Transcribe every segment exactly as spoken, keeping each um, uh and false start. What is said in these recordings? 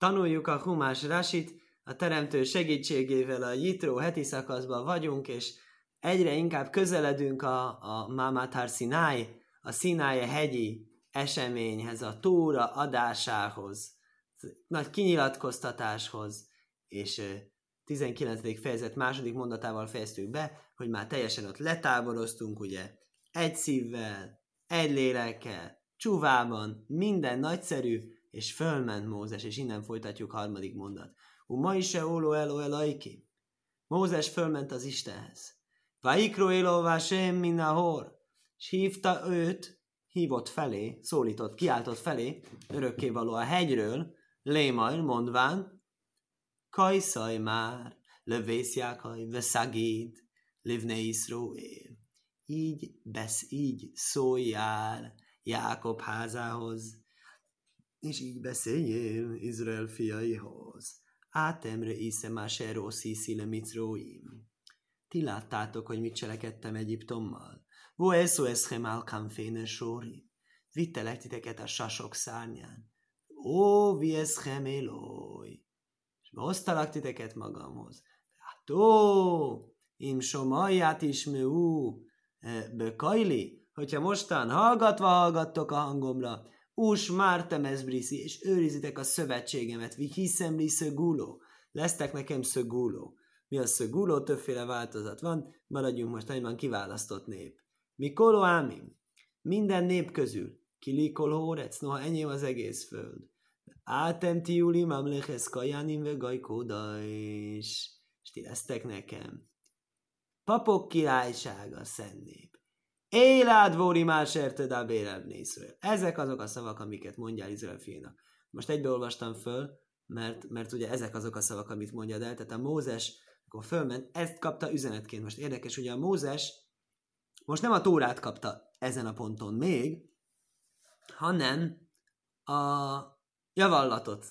Tanuljuk a Humás Rasit, a Teremtő segítségével a Jitró heti szakaszban vagyunk, és egyre inkább közeledünk a, a Mámát har Sinai, a Sinai hegyi eseményhez, a Tóra adásához, nagy kinyilatkoztatáshoz, és tizenkilencedik fejezet második mondatával fejeztük be, hogy már teljesen ott letáboroztunk, ugye, egy szívvel, egy lélekkel, csúvában, minden nagyszerű, és fölment Mózes, és innen folytatjuk harmadik mondat. U ma is se óló eló elajki. Mózes fölment az Istenhez. Vaikro élóvá sem minnahor. És hívta őt, hívott felé, szólított, kiáltott felé, örökkévaló a hegyről, lémajr, mondván, kajszaj már, lövészjákaj, veszagid, livne Iszróél. Így besz, így szóljál Jákob házához, és így beszéljél Izrael fiaihoz. Átemre iszem áseró szíszile micróim. Ti láttátok, hogy mit cselekedtem Egyiptommal. Vo eszó eszhem alkamféne sóri. Vittelek titeket a sasok szárnyán. Ó, vi eszhem élój. És hoztalak titeket magamhoz. Hát ó, im somaját ismő bekajli, hogyha mostan hallgatva hallgattok a hangomra, ús mártem ezbriszi, és őrizitek a szövetségemet, vi hiszem li szöguló, lesztek nekem szöguló. Mi a szöguló? Többféle változat van, maradjunk most egyben kiválasztott nép. Mi koló ámim? Minden nép közül. Kilikol hórec, noha enyém az egész föld. Átem tiuli mamleches kajánim ve gajkóda is. És ti lesztek nekem. Papok királysága, szent nép. Élád vóri más érted a bélebni Izrael. Ezek azok a szavak, amiket mondjál Izrael fiainak. Most egybeolvastam föl, mert, mert ugye ezek azok a szavak, amit mondjad el. Tehát a Mózes, akkor fölment, ezt kapta üzenetként. Most érdekes, ugye a Mózes most nem a Tórát kapta ezen a ponton még, hanem a javallatot.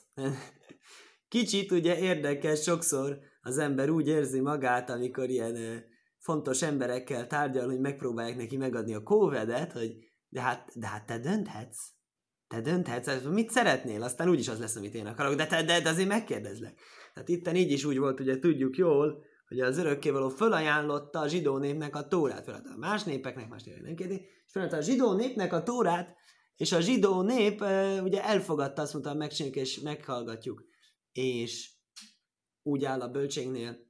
Kicsit ugye érdekes, sokszor az ember úgy érzi magát, amikor ilyen fontos emberekkel tárgyal, hogy megpróbálják neki megadni a kóvedet, hogy de hát, de hát te dönthetsz. Te dönthetsz, mit szeretnél, aztán úgyis az lesz, amit én akarok, de, te, de, de azért megkérdezlek. Tehát itten így is úgy volt, ugye tudjuk jól, hogy az örökkévaló fölajánlotta a zsidó népnek a Tórát, fölajánlotta más népeknek, más népeknek nem kérdi, és fölajánlotta a zsidó népnek a Tórát, és a zsidó nép ugye elfogadta, azt mondta, megcsináljuk és meghallgatjuk. És úgy áll a bölcségnél,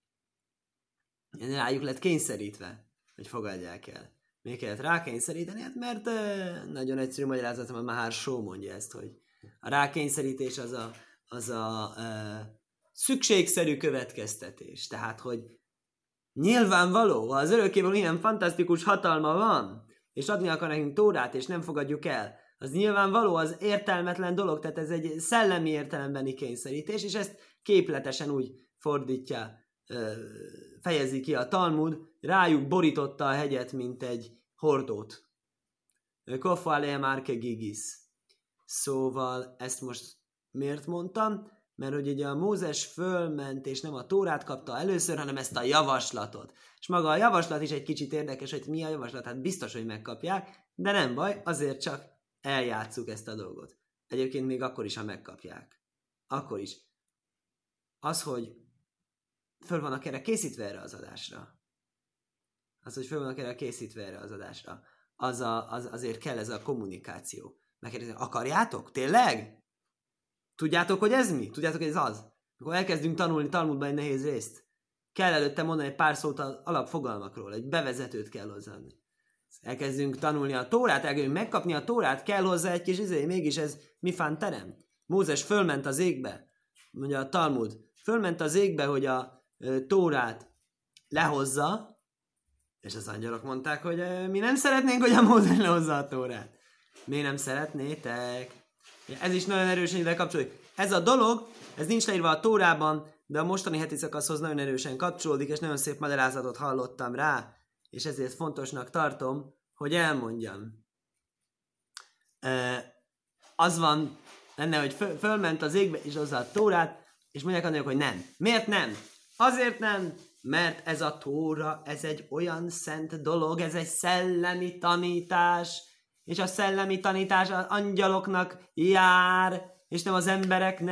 rájuk lett kényszerítve, hogy fogadják el. Még kellett rákényszeríteni, hát mert nagyon egyszerű magyarázatom, a Mahár Só mondja ezt, hogy a rákényszerítés az a, az a e, szükségszerű következtetés. Tehát, hogy nyilvánvaló, ha az örökkévaló ilyen fantasztikus hatalma van, és adni akar nekünk Tórát, és nem fogadjuk el, az nyilvánvaló, az értelmetlen dolog, tehát ez egy szellemi értelembeni kényszerítés, és ezt képletesen úgy fordítja, fejezi ki a Talmud, rájuk borította a hegyet, mint egy hordót. Kofa alea márke gigis. Szóval ezt most miért mondtam? Mert hogy ugye a Mózes fölment, és nem a Tórát kapta először, hanem ezt a javaslatot. És maga a javaslat is egy kicsit érdekes, hogy mi a javaslat, hát biztos, hogy megkapják, de nem baj, azért csak eljátsszuk ezt a dolgot. Egyébként még akkor is, ha megkapják. Akkor is. Az, hogy föl vannak erre készítve erre az adásra. Az, hogy föl vannak erre készítve erre az adásra. Az a, az, azért kell ez a kommunikáció. Megkérdezni, akarjátok? Tényleg? Tudjátok, hogy ez mi? Tudjátok, hogy ez az? Akkor elkezdünk tanulni Talmudban egy nehéz részt. Kell előtte mondani egy pár szót az alapfogalmakról, egy bevezetőt kell hozzáadni. Elkezdünk tanulni a Tórát, elkezdünk megkapni a Tórát, kell hozzá egy kis izé, mégis ez mifán terem. Mózes fölment az égbe, mondja a Talmud, fölment az égbe, hogy a e, Tórát lehozza, és az angyalok mondták, hogy e, mi nem szeretnénk, hogy a Mózes lehozza a Tórát. Miért nem szeretnétek? Ez is nagyon erősen ide kapcsolódik. Ez a dolog, ez nincs leírva a Tórában, de a mostani heti szakaszhoz nagyon erősen kapcsolódik, és nagyon szép magyarázatot hallottam rá, és ezért fontosnak tartom, hogy elmondjam. E, az van benne, hogy föl, fölment az égbe, és hozzá a Tórát, és mondják annak, hogy nem. Miért nem? Azért nem, mert ez a Tóra, ez egy olyan szent dolog, ez egy szellemi tanítás, és a szellemi tanítás az angyaloknak jár, és nem az embereknek,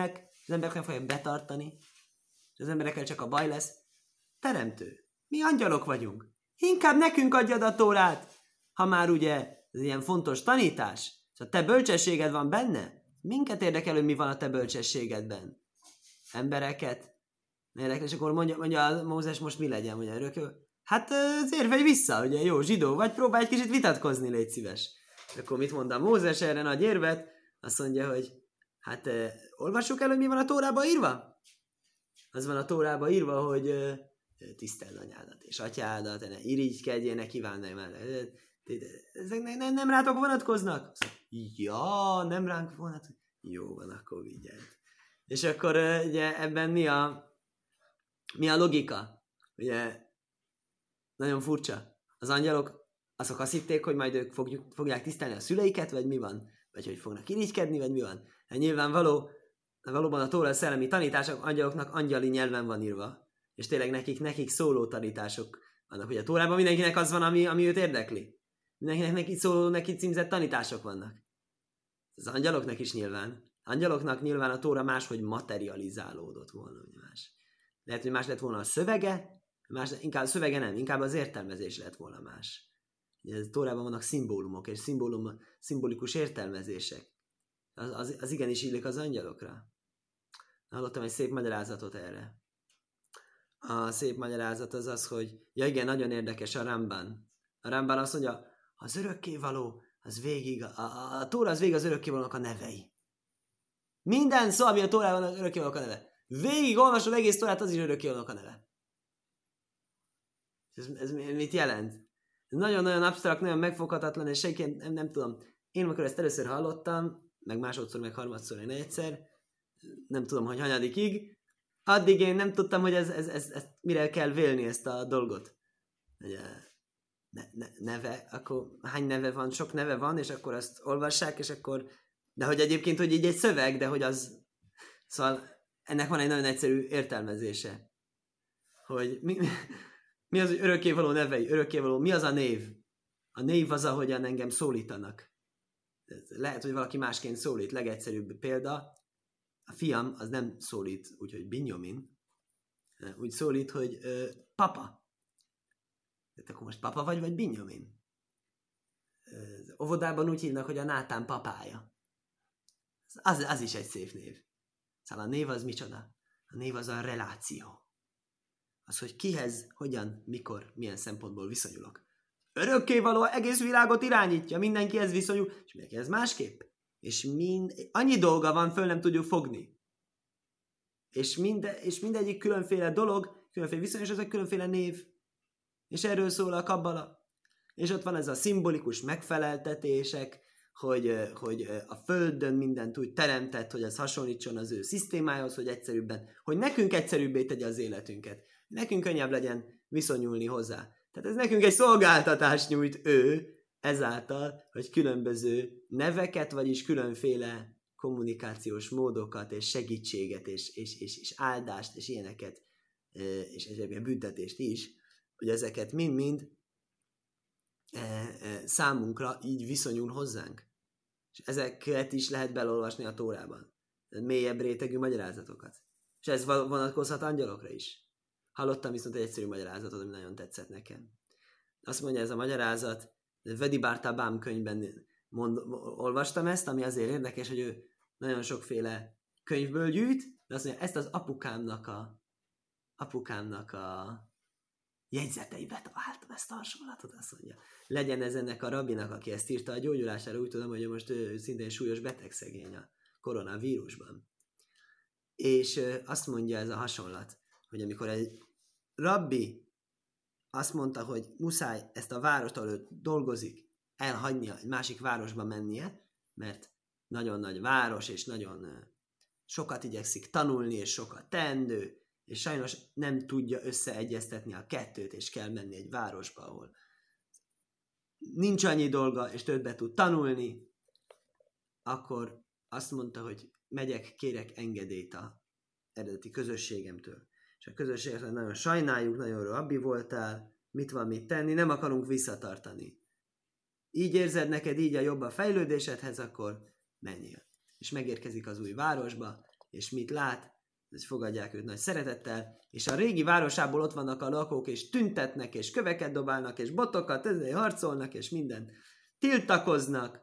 az emberek nem fogják betartani, és az emberekkel csak a baj lesz. Teremtő. Mi angyalok vagyunk. Inkább nekünk adjad a Tórát, ha már ugye ez ilyen fontos tanítás, és a te bölcsességed van benne, minket érdekel, hogy mi van a te bölcsességedben. Embereket. És akkor mondja, mondja Mózes, most mi legyen, mondja örökké. Hát érvelj vissza, ugye jó zsidó vagy, próbálj egy kicsit vitatkozni, légy szíves. És akkor mit mond a Mózes erre nagy érvet? Azt mondja, hogy hát eh, olvassuk el, hogy mi van a Tórában írva? Az van a Tórában írva, hogy eh, tiszteld anyádat és atyádat, ne irigykedjél, ne kívánj már. Ezek ne, ne, nem rátok vonatkoznak? Ja, nem ránk vonatkoznak. Jó van, akkor vigyázz. És akkor eh, ugye ebben mi a, mi a logika? Ugye nagyon furcsa. Az angyalok azok azt hitték, hogy majd ők fogjuk, fogják tisztelni a szüleiket, vagy mi van? Vagy hogy fognak irigykedni, vagy mi van? Hát nyilvánvaló, valóban a Tóra szellemi tanítások angyaloknak angyali nyelven van írva. És tényleg nekik, nekik szóló tanítások vannak. Ugye a Tórában mindenkinek az van, ami, ami őt érdekli. Mindenkinek neki szóló, neki címzett tanítások vannak. Az angyaloknak is nyilván. Angyaloknak nyilván a Tóra máshogy materializálódott volna. Más. Lehet, hogy más lett volna a szövege, más, inkább a szövege nem, inkább az értelmezés lett volna más. Ugye a Tórában vannak szimbólumok, és szimbólum, szimbolikus értelmezések. Az, az, az igenis illik az angyalokra. Hallottam egy szép magyarázatot erre. A szép magyarázat az az, hogy ja igen, nagyon érdekes a Ramban. A Ramban azt mondja, az örökkévaló, az végig, a, a, a Tóra az végig az örökkévalónak a nevei. Minden szó, ami a Tórában az örökkévalónak a neve. Végig olvasod egész Tórát, az is örökkévalónak a neve. Ez, ez mit jelent? Ez nagyon-nagyon absztrakt, nagyon megfoghatatlan, és senki nem, nem tudom. Én amikor ezt először hallottam, meg másodszor, meg harmadszor, meg negyedszer, nem tudom, hogy hanyadikig, addig én nem tudtam, hogy ez, ez, ez, ez mire kell vélni ezt a dolgot. Ugye, ne, ne, neve, akkor hány neve van? Sok neve van, és akkor azt olvassák, és akkor, de hogy egyébként, hogy így egy szöveg, de hogy az, szóval ennek van egy nagyon egyszerű értelmezése. Hogy mi, mi az, hogy örökkévaló nevei, örökkévaló, mi az a név? A név az, ahogyan engem szólítanak. Lehet, hogy valaki másként szólít. Legegyszerűbb példa, a fiam az nem szólít úgy, hogy Binyomin, úgy szólít, hogy ö, papa. De akkor most papa vagy, vagy Binyomin? Az óvodában úgy hívnak, hogy a Nátán papája. Az, az is egy szép név. Szóval a név az micsoda? A név az a reláció. Az, hogy kihez, hogyan, mikor, milyen szempontból viszonyulok. Örökkévaló egész világot irányítja, mindenkihez viszonyul, és mindenkihez másképp. És mind, annyi dolga van, föl nem tudjuk fogni. És, minde, és mindegyik különféle dolog, különféle viszony, és ezek különféle név. És erről szól a kabbala. És ott van ez a szimbolikus megfeleltetések, hogy, hogy a Földön mindent úgy teremtett, hogy ez hasonlítson az ő szisztémához, hogy egyszerűbben, hogy nekünk egyszerűbbé tegye az életünket. Nekünk könnyebb legyen viszonyulni hozzá. Tehát ez nekünk egy szolgáltatást nyújt ő, ezáltal, hogy különböző neveket, vagyis különféle kommunikációs módokat, és segítséget, és, és, és, és áldást, és ilyeneket, és egyébként büntetést is, hogy ezeket mind-mind számunkra így viszonyul hozzánk. És ezeket is lehet belolvasni a Tórában. Mélyebb rétegű magyarázatokat. És ez vonatkozhat angyalokra is. Hallottam viszont egy egyszerű magyarázatot, ami nagyon tetszett nekem. Azt mondja ez a magyarázat, Vedi Bártábám könyvben mond, olvastam ezt, ami azért érdekes, hogy ő nagyon sokféle könyvből gyűjt, de azt mondja, ezt az apukámnak a apukámnak a jegyzeteibe találtam, ezt a hasonlatot, azt mondja. Legyen ez ennek a rabinak, aki ezt írta a gyógyulására, úgy tudom, hogy most ő szintén súlyos betegszegény a koronavírusban. És azt mondja ez a hasonlat, hogy amikor egy rabbi azt mondta, hogy muszáj ezt a várost, ahol ő dolgozik, elhagynia, egy másik városba mennie, mert nagyon nagy város, és nagyon sokat igyekszik tanulni, és sokat teendő, és sajnos nem tudja összeegyeztetni a kettőt, és kell menni egy városba, ahol nincs annyi dolga, és többet tud tanulni, akkor azt mondta, hogy megyek, kérek engedélyt a eredeti közösségemtől. És a közösséget nagyon sajnáljuk, nagyon rabbi voltál, mit van mit tenni, nem akarunk visszatartani. Így érzed neked így a jobb a fejlődésedhez, akkor menjél. És megérkezik az új városba, és mit lát, hogy fogadják őt nagy szeretettel, és a régi városából ott vannak a lakók, és tüntetnek, és köveket dobálnak, és botokat, ezért harcolnak, és minden. Tiltakoznak.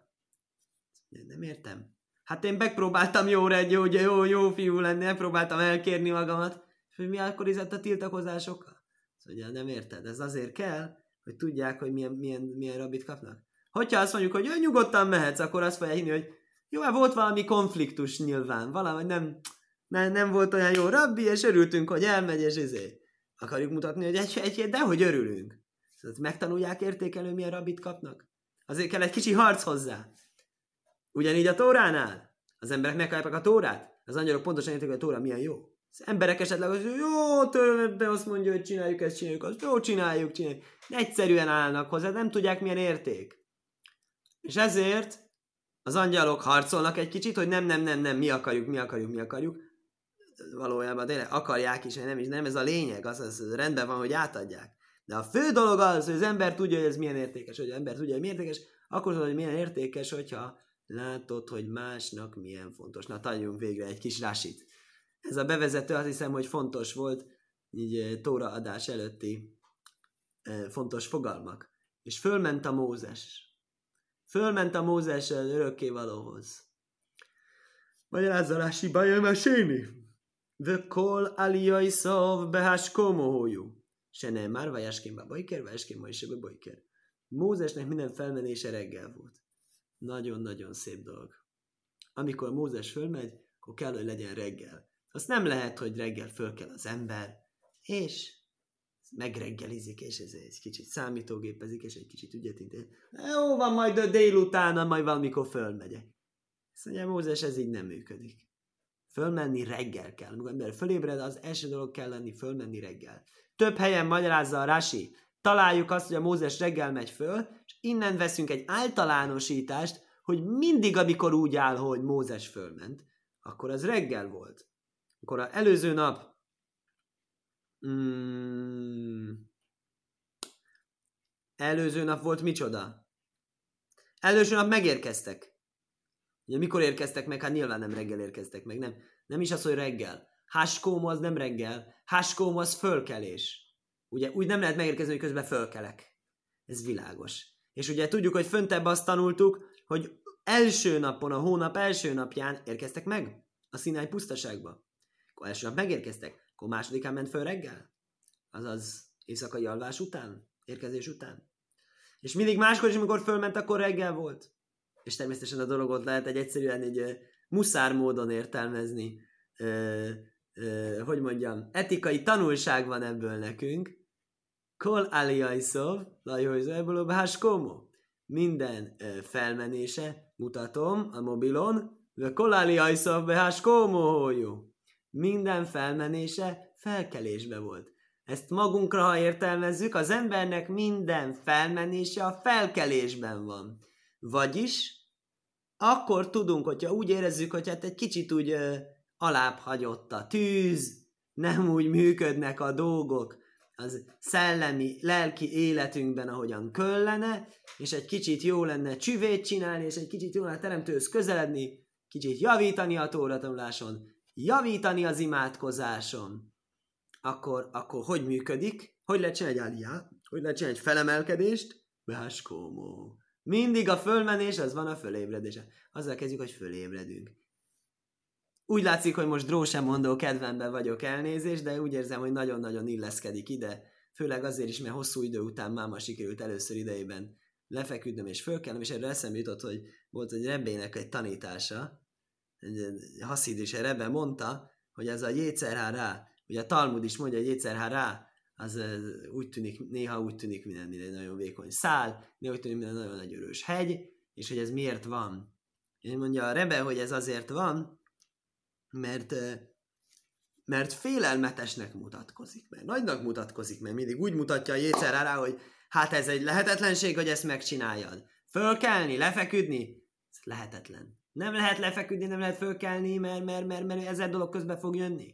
Nem értem. Hát én megpróbáltam jóra egy jó, jó, jó fiú lenni, megpróbáltam elkérni magamat, és hogy mi akkor izett a tiltakozásokkal? Szóval nem érted, ez azért kell, hogy tudják, hogy milyen, milyen, milyen rabit kapnak. Hogyha azt mondjuk, hogy nyugodtan mehetsz, akkor azt fogják hinni, hogy jó, hát volt valami konfliktus nyilván, valami nem, nem, nem volt olyan jó rabbi, és örültünk, hogy elmegy, és ezért akarjuk mutatni, hogy egy, egy, dehogy örülünk. Szóval megtanulják értékelő, milyen rabit kapnak. Azért kell egy kicsi harc hozzá. Ugyanígy a Tóránál. Az emberek megkapják a Tórát, az angyalok pontosan értik, hogy a Tóra milyen jó. Az emberek esetleg azt mondják, jó, tőle, de azt mondja, hogy csináljuk ezt, csináljuk azt, jó, csináljuk, csináljuk. Egyszerűen állnak hozzá, nem tudják, milyen érték. És ezért az angyalok harcolnak egy kicsit, hogy nem, nem, nem, nem, mi akarjuk, mi akarjuk, mi akarjuk. Valójában tényleg akarják is, nem is, nem ez a lényeg, az, az rendben van, hogy átadják. De a fő dolog az, hogy az ember tudja, hogy ez milyen értékes, hogy az ember tudja, hogy milyen értékes, akkor tudod, hogy milyen értékes, hogyha látod, hogy másnak milyen fontos. Na, tanuljunk végre egy kis rásit. Ez a bevezető, azt hiszem, hogy fontos volt, így Tóra adás előtti fontos fogalmak. És fölment a Mózes. Fölment a Mózes örökkévalóhoz. Magyarázza Rási, bajaj meséni. Vökol aliyai szav beháskomóhójú. Se nem már vajáskémba bajker, vajáskémba is ebbe bajker. Mózesnek minden felmenése reggel volt. Nagyon-nagyon szép dolog. Amikor Mózes fölmegy, akkor kell, hogy legyen reggel. Azt nem lehet, hogy reggel föl kell az ember, és megreggelizik, és ez egy kicsit számítógépezik, és egy kicsit ügyet intéz. Jó van, majd a délután, majd valamikor fölmegyek. Azt mondja, Mózes, ez így nem működik. Fölmenni reggel kell. Amikor ember fölébred, az első dolog kell lenni, fölmenni reggel. Több helyen magyarázza a Rási. Találjuk azt, hogy a Mózes reggel megy föl, és innen veszünk egy általánosítást, hogy mindig, amikor úgy áll, hogy Mózes fölment, akkor az reggel volt. Akkor az előző nap mm, előző nap volt micsoda? Előző nap megérkeztek. Ugye mikor érkeztek meg? Hát nyilván nem reggel érkeztek meg. Nem, nem is az, hogy reggel. Háskóm az nem reggel. Háskóm az fölkelés. Ugye úgy nem lehet megérkezni, hogy közben fölkelek. Ez világos. És ugye tudjuk, hogy föntebb azt tanultuk, hogy első napon, a hónap első napján érkeztek meg a Szináj pusztaságba. Akkor első nap megérkeztek, akkor másodikán ment föl reggel. Azaz éjszakai alvás után, érkezés után. És mindig máskor is, amikor fölment, akkor reggel volt. És természetesen a dologot lehet egy egyszerűen egy uh, muszár módon értelmezni. Uh, uh, hogy mondjam, etikai tanulság van ebből nekünk. Kol aliaiszov, lajhojzóebből báskómó. Minden uh, felmenése, mutatom a mobilon, kol aliaiszov báskómó. Minden felmenése felkelésbe volt. Ezt magunkra, ha értelmezzük, az embernek minden felmenése a felkelésben van. Vagyis akkor tudunk, hogyha úgy érezzük, hogy hát egy kicsit úgy ö, alább hagyott a tűz, nem úgy működnek a dolgok az szellemi, lelki életünkben, ahogyan kellene, és egy kicsit jó lenne csüvét csinálni, és egy kicsit jó lenne teremtőhöz közeledni, kicsit javítani a tóra-tanuláson, javítani az imádkozáson, akkor, akkor hogy működik? Hogy lehet csinálni egy áliát? Hogy lehet csinálni egy felemelkedést? Váskómó. Mindig a fölmenés, az van a fölébredése. Azzal kezdjük, hogy fölébredünk. Úgy látszik, hogy most dró sem mondó kedvemben vagyok, elnézést, de úgy érzem, hogy nagyon-nagyon illeszkedik ide. Főleg azért is, mert hosszú idő után máma sikerült először idejében lefeküdnöm és fölkelnem, és erre eszembe jutott, hogy volt egy rebbének egy tanítása, egy haszid is egy rebbe mondta, hogy ez a jétszer hárá, ugye a Talmud is mondja, hogy jétszer hárá, az, az úgy tűnik, néha úgy tűnik, mint egy nagyon vékony szál, néha úgy tűnik, mint egy nagyon nagy erős hegy, és hogy ez miért van. Én mondja a rebbe, hogy ez azért van, mert, mert félelmetesnek mutatkozik, mert nagynak mutatkozik, mert mindig úgy mutatja a jétszer hárá, hogy hát ez egy lehetetlenség, hogy ezt megcsináljad. Fölkelni, lefeküdni, ez lehetetlen. Nem lehet lefeküdni, nem lehet fölkelni, mert, mert, mert, mert ezer dolog közbe fog jönni.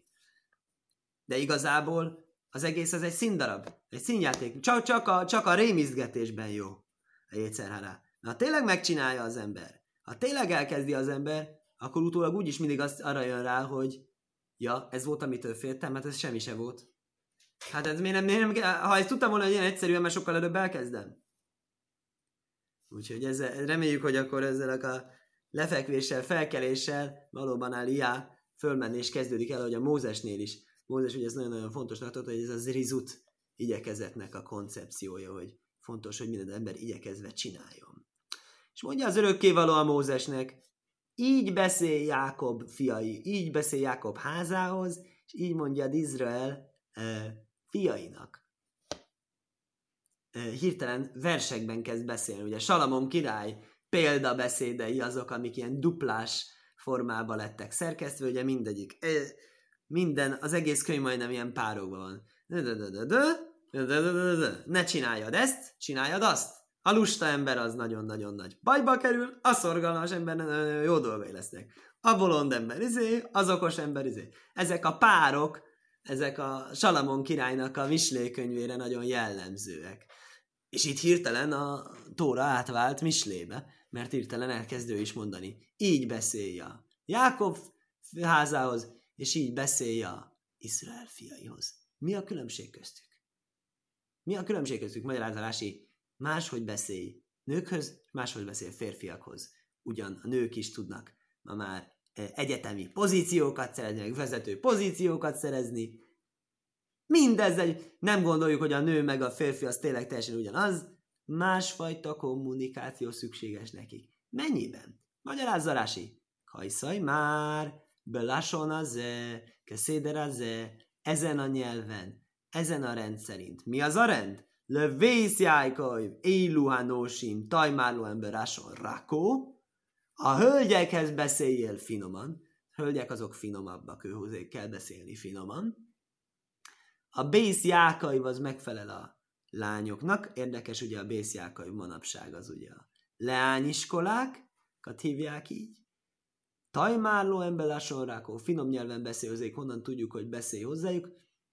De igazából az egész az egy színdarab, egy színjáték. Csak, csak, a, csak a rémizgetésben jó a jétszer hárá. Ha tényleg megcsinálja az ember, ha tényleg elkezdi az ember, akkor utólag úgyis mindig azt arra jön rá, hogy ja, ez volt, amitől féltem, mert ez semmi se volt. Hát ez miért nem, miért nem ha ezt tudtam volna, hogy ilyen egyszerűen, mert sokkal előbb elkezdem. Úgyhogy ezzel, reméljük, hogy akkor ezzel a lefekvéssel, felkeléssel valóban Áliá fölmenni, és kezdődik el, hogy a Mózesnél is. Mózes ugye ez nagyon-nagyon fontos tartott, hogy ez az rizut igyekezetnek a koncepciója, hogy fontos, hogy minden ember igyekezve csináljon. És mondja az örökkévaló a Mózesnek, így beszél Jákob fiai, így beszél Jákob házához, és így mondja az Izrael e, fiainak. E, hirtelen versekben kezd beszélni. Ugye Salamon király példabeszédei azok, amik ilyen duplás formában lettek szerkesztve, ugye mindegyik. E, minden, az egész könyv majdnem ilyen párokban van. Ne csináljad ezt, csináljad azt. A lusta ember az nagyon-nagyon nagy bajba kerül, a szorgalmas ember jó dolgai lesznek. A bolond ember izé, az okos ember izé. Ezek a párok, ezek a Salamon királynak a Mislé könyvére nagyon jellemzőek. És itt hirtelen a Tóra átvált Mislébe, mert hirtelen elkezd ő is mondani. Így beszélje Jákob házához, és így beszélje Izrael fiaihoz. Mi a különbség köztük? Mi a különbség köztük? Magyarázalási máshogy beszélj nőkhöz, máshogy beszél férfiakhoz. Ugyan a nők is tudnak ma már egyetemi pozíciókat szerezni, meg vezető pozíciókat szerezni. Mindez egy, nem gondoljuk, hogy a nő meg a férfi az tényleg teljesen ugyanaz, másfajta kommunikáció szükséges nekik. Mennyiben? Magyarázza Rási. Hajszaj már, belasson az-e, keszéder az-e, ezen a nyelven, ezen a rend szerint. Mi az a rend? Levész Jájkaj, éluhánósim, tajmárló ember áson rakó. A hölgyekhez beszéljél finoman. Hölgyek azok finomabbak, őhozék kell beszélni finoman. A bész Jákaj az megfelel a lányoknak. Érdekes, ugye a bész Jákaj manapság az ugye a leányiskolákat hívják így. Tajmárló ember áson rakó, finom nyelven beszélőzék, honnan tudjuk, hogy beszélj hozzájuk.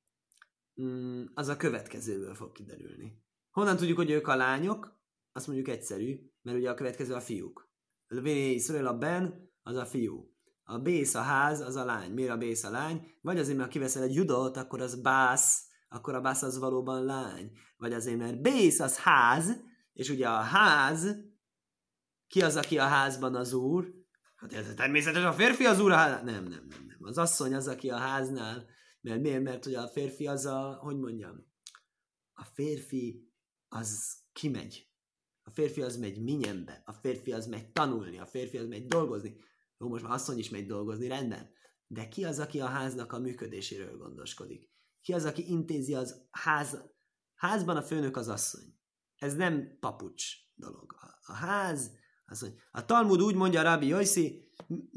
Mm, az a következőből fog kiderülni. Honnan tudjuk, hogy ők a lányok? Azt mondjuk egyszerű, mert ugye a következő a fiúk. A Iszrael a ben, az a fiú. A bész a ház, az a lány. Miért a bész a lány? Vagy azért, mert ha kiveszel egy judot, akkor az bász, akkor a bász az valóban lány. Vagy azért, mert bész az ház, és ugye a ház, ki az, aki a házban az úr? Hát ez természetesen a férfi az úr a ház. Nem, nem, nem, nem. Az asszony az, aki a háznál. Mert miért? Mert hogy a férfi az a, hogy mondjam, a férfi az kimegy. A férfi az megy minyenbe. A férfi az megy tanulni. A férfi az megy dolgozni. Jó, most már asszony is megy dolgozni, rendben. De ki az, aki a háznak a működéséről gondoskodik? Ki az, aki intézi az ház... Házban a főnök az asszony. Ez nem papucs dolog. A, a ház, asszony. A Talmud úgy mondja Rabbi Yossi,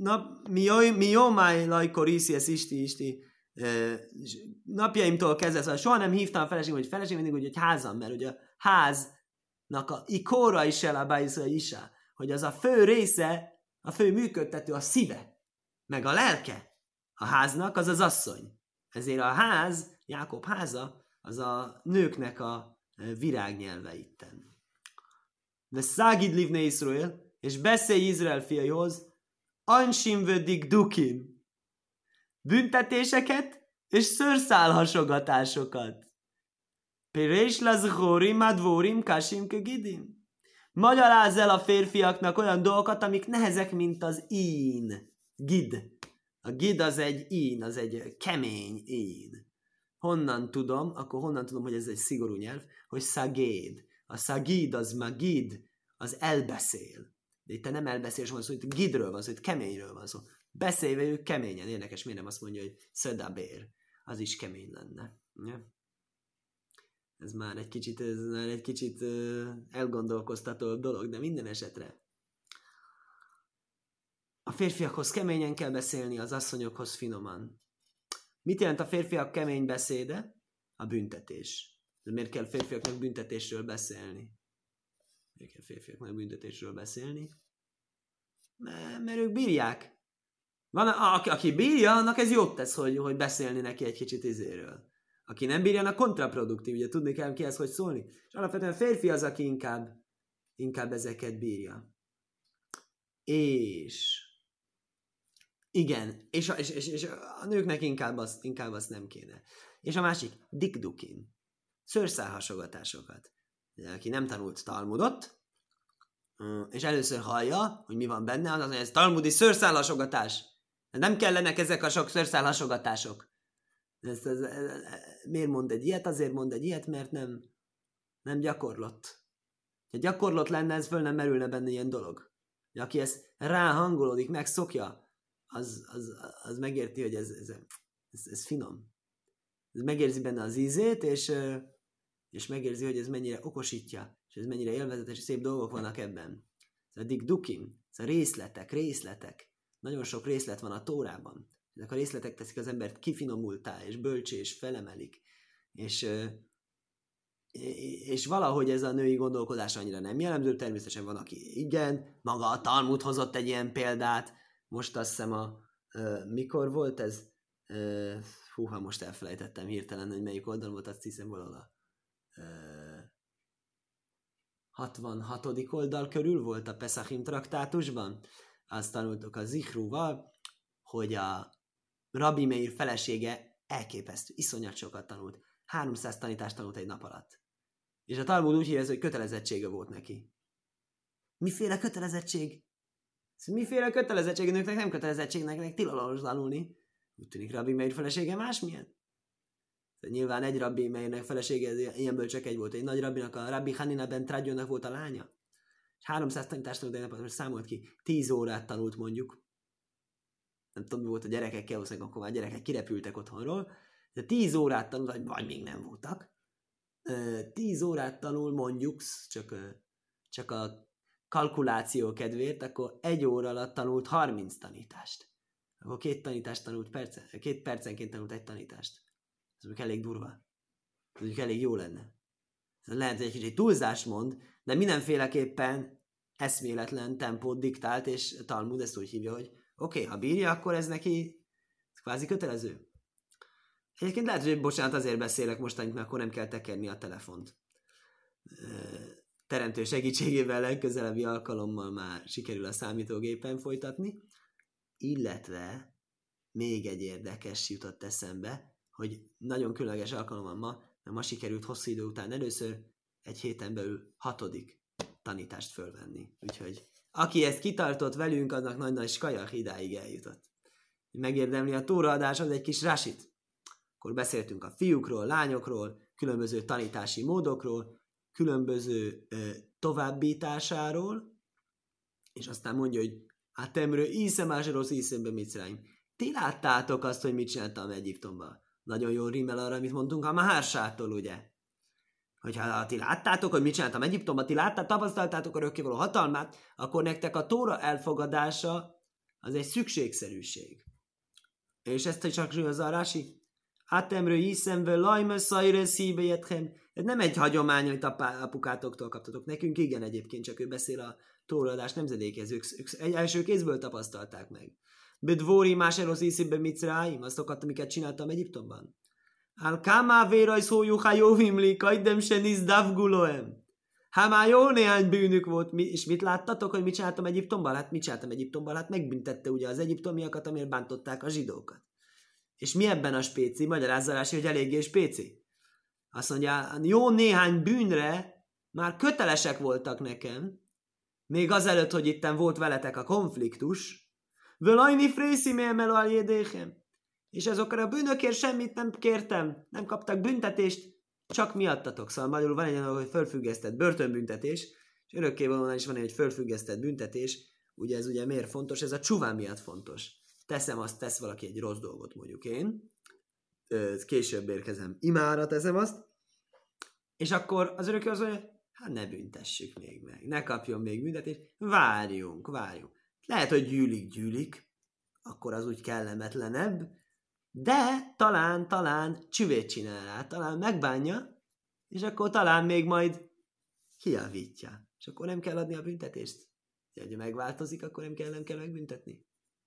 mi jó máj lajkor iszi, ez isti, isti, napjaimtól kezdve, szóval soha nem hívtam a feleségem, hogy feleség, mindig úgy, hogy házam, mert ugye a háznak a ikóra is el a bájszó isá, hogy az a fő része, a fő működtető a szíve, meg a lelke a háznak, az az asszony. Ezért a ház, Jákob háza, az a nőknek a virágnyelve itten. De szágid livne Iszrael, és beszélj Izrael fiaihoz, ansim vödik dukim, büntetéseket és szőrszálhasogatásokat. Pérés lazgórim advórim kasim kegidim. Magyarázz el a férfiaknak olyan dolgokat, amik nehezek, mint az ín. Gid. A gid az egy ín, az egy kemény ín. Honnan tudom, akkor honnan tudom, hogy ez egy szigorú nyelv, hogy szagéd. A szagíd az magid, az elbeszél. De itt nem elbeszélés van szó, itt gidről van szó, itt keményről van szó. Beszélj velük keményen. Érdekes, miért nem azt mondja, hogy szedabér. Az is kemény lenne. Ja? Ez már egy kicsit, ez már egy kicsit uh, elgondolkoztató dolog, de minden esetre. A férfiakhoz keményen kell beszélni, az asszonyokhoz finoman. Mit jelent a férfiak kemény beszéde? A büntetés. De miért kell férfiaknak büntetésről beszélni? Miért kell férfiaknak büntetésről beszélni? Mert, mert ők bírják. Van, a, aki bírja, annak ez jót tesz, hogy, hogy beszélni neki egy kicsit izéről. Aki nem bírja, annak kontraproduktív, ugye tudni kell kihez hogy szólni. És alapvetően a férfi az, aki inkább, inkább ezeket bírja. És Igen, és a, és, és, és a nőknek inkább azt, inkább azt nem kéne. És a másik, dikdukin, szőrszálhasogatásokat. Aki nem tanult Talmudot, és először hallja, hogy mi van benne, az az, hogy ez talmudi szőrszálhasogatás. Nem kellenek ezek a sok szőrszálhasogatások. Ez, ez, ez, miért mond egy ilyet? Azért mond egy ilyet, mert nem, nem gyakorlott. Ha gyakorlott lenne, ez föl nem merülne benne ilyen dolog. De aki ezt ráhangolódik, megszokja, az, az, az megérti, hogy ez, ez, ez, ez finom. Ez megérzi benne az ízét, és, és megérzi, hogy ez mennyire okosítja, és ez mennyire élvezetes, és szép dolgok vannak ebben. Ez a dikdukim, ez a részletek, részletek. Nagyon sok részlet van a Tórában. Ezek a részletek teszik az embert kifinomultá, és bölcsé, és felemelik. És, és valahogy ez a női gondolkodás annyira nem jellemző, természetesen van, aki igen, maga a Talmud hozott egy ilyen példát, most azt hiszem a, mikor volt ez? Húha, most elfelejtettem hirtelen, hogy melyik oldalon volt, azt hiszem valahol a hatvanhatodik oldal körül volt a Pesachim traktátusban. Azt tanultuk a Zichrúval, hogy a Rabbi Meir felesége elképesztő, iszonyat sokat tanult. háromszáz tanítást tanult egy nap alatt. És a Talmud úgy hívja, hogy kötelezettsége volt neki. Miféle kötelezettség? Miféle kötelezettség? Nőknek nem kötelezettségnek, nekik tilalmas tanulni. Úgy tűnik Rabbi Meir felesége másmilyen. De nyilván egy Rabbi Meirnek felesége, ilyenből csak egy volt. Egy nagy rabbinak, a Rabbi Hanina ben Tradjonnak volt a lánya. És háromszáz tanítást tanult egy nap alatt, most számolt ki. tíz órát tanult mondjuk. Nem tudom, mi volt a gyerekekkel, valószínűleg akkor már gyerekek kirepültek otthonról. De tíz órát tanult, vagy, vagy még nem voltak. Tíz órát tanul mondjuk, csak, csak a kalkuláció kedvéért, akkor egy óra alatt tanult harminc tanítást. Akkor két tanítást tanult, percen, két percenként tanult egy tanítást. Ez mondjuk elég durva. Ez mondjuk elég jó lenne. Ez lehet, hogy egy kicsit túlzás mond, de mindenféleképpen eszméletlen tempót diktált, és Talmud ezt úgy hívja, hogy oké, okay, ha bírja, akkor ez neki ez kvázi kötelező. Egyébként lehet, hogy bocsánat, azért beszélek mostanában, mert akkor nem kell tekerni a telefont. Teremtő segítségével legközelebbi alkalommal már sikerül a számítógépen folytatni, illetve még egy érdekes jutott eszembe, hogy nagyon különleges alkalom van ma, mert ma sikerült hosszú idő után először egy héten belül hatodik tanítást fölvenni. Úgyhogy aki ezt kitartott velünk, annak nagy-nagy skajach idáig eljutott. Megérdemli a tóraadáshoz egy kis rásit. Akkor beszéltünk a fiúkról, lányokról, különböző tanítási módokról, különböző ö, továbbításáról, és aztán mondja, hogy átemről iszem ásorosz iszembe Micraim. Ti láttátok azt, hogy mit csináltam Egyiptomban? Nagyon jól rímel arra, amit mondtunk a Mahársától, ugye? Hogyha ti láttátok, hogy mit csináltam Egyiptomban, ti láttátok, tapasztaltátok a örökkévaló hatalmát, akkor nektek a Tóra elfogadása az egy szükségszerűség. És ezt is csak az a Rási. Átemről iszemve lajme szajre szíve jethem. Ez nem egy hagyomány, amit apá, apukátoktól kaptatok. Nekünk igen egyébként, csak ő beszél a tóraadás nemzedékhez. Ők, ők egy első kézből tapasztalták meg. Bedvóri más erosz iszébe Micraim, azokat, amiket csináltam Egyiptomban. Al kama véraj szójuha jóvimli, kajdem se nizdavguloem. Hát már jó néhány bűnük volt, és mit láttatok, hogy mit csináltam Egyiptomban? Hát mit csináltam Egyiptomban? Hát megbüntette ugye az egyiptomiakat, amiért bántották a zsidókat. És mi ebben a spéci? Magyarázzalási, hogy eléggé spéci. Azt mondja, jó néhány bűnre már kötelesek voltak nekem, még azelőtt, hogy itten volt veletek a konfliktus, völajni frészi el jédéhem. És azokra a bűnökért semmit nem kértem, nem kaptak büntetést, csak miattatok. Szóval magyarul van egy olyan, hogy fölfüggesztett börtönbüntetés, és örökkévalóan is van egy, hogy fölfüggesztett büntetés. Ugye ez ugye miért fontos? Ez a csuván miatt fontos. Teszem azt, tesz valaki egy rossz dolgot, mondjuk én. Később érkezem, imára teszem azt. És akkor az örökké az mondja, hát ne büntessük még meg, ne kapjon még büntetést, várjunk, várjunk. Lehet, hogy gyűlik, gyűlik, akkor az úgy kellemetlenebb, de talán, talán csüvét csinál rá, talán megbánja, és akkor talán még majd kijavítja. És akkor nem kell adni a büntetést. Ha megváltozik, akkor nem kell, nem kell megbüntetni.